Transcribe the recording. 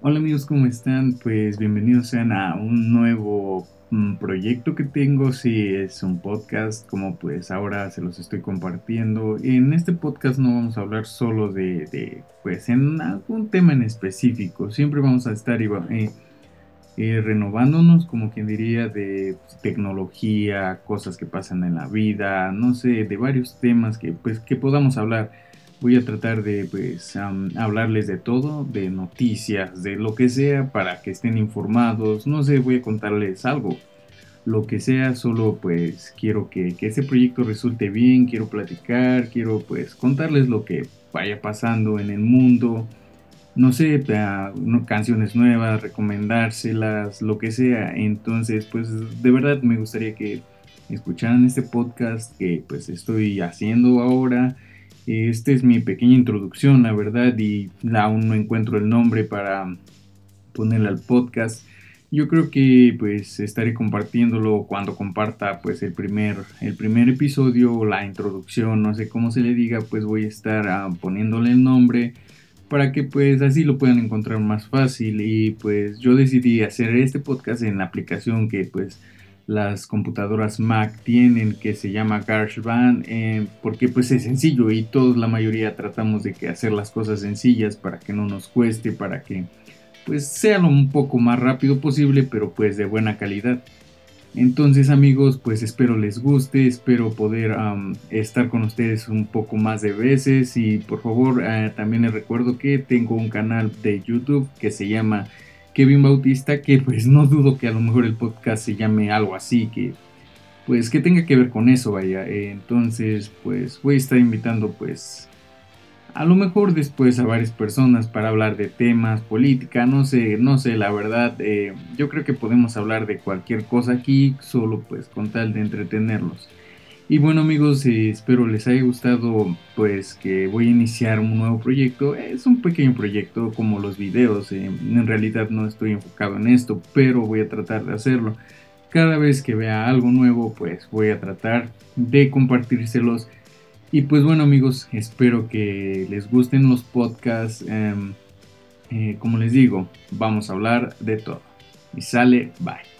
Hola amigos, ¿cómo están? Pues bienvenidos sean a un nuevo proyecto que tengo. Sí, es un podcast, como pues ahora se los estoy compartiendo. En este podcast no vamos a hablar solo pues en algún tema en específico. Siempre vamos a estar renovándonos, como quien diría, de pues, tecnología, cosas que pasan en la vida, no sé, de varios temas que podamos hablar. Voy a tratar de pues hablarles de todo, de noticias, de lo que sea, para que estén informados. No sé, voy a contarles algo, lo que sea, solo pues quiero que ese proyecto resulte bien, quiero platicar, quiero pues contarles lo que vaya pasando en el mundo, no sé, canciones nuevas, recomendárselas, lo que sea. Entonces, pues de verdad me gustaría que escucharan este podcast que pues estoy haciendo ahora. Esta es mi pequeña introducción, la verdad, y aún no encuentro el nombre para ponerle al podcast. Yo creo que pues estaré compartiéndolo cuando comparta pues el primer episodio, la introducción, no sé cómo se le diga, pues voy a estar poniéndole el nombre para que pues así lo puedan encontrar más fácil. Y pues yo decidí hacer este podcast en la aplicación que pues las computadoras Mac tienen, que se llama GarageBand, porque pues es sencillo y todos, la mayoría, tratamos de que hacer las cosas sencillas para que no nos cueste, para que pues sea lo un poco más rápido posible, pero pues de buena calidad. Entonces amigos, pues espero les guste, espero poder estar con ustedes un poco más de veces. Y por favor, también les recuerdo que tengo un canal de YouTube que se llama Kevin Bautista, que pues no dudo que a lo mejor el podcast se llame algo así, que pues que tenga que ver con eso, vaya. Entonces pues voy a estar invitando pues a lo mejor después a varias personas para hablar de temas, política, no sé, no sé, la verdad, yo creo que podemos hablar de cualquier cosa aquí, solo pues con tal de entretenerlos. Y bueno amigos, espero les haya gustado, pues que voy a iniciar un nuevo proyecto. Es un pequeño proyecto como los videos, en realidad no estoy enfocado en esto, pero voy a tratar de hacerlo. Cada vez que vea algo nuevo, pues voy a tratar de compartírselos. Y pues bueno amigos, espero que les gusten los podcasts. Como les digo, vamos a hablar de todo. Y sale, bye.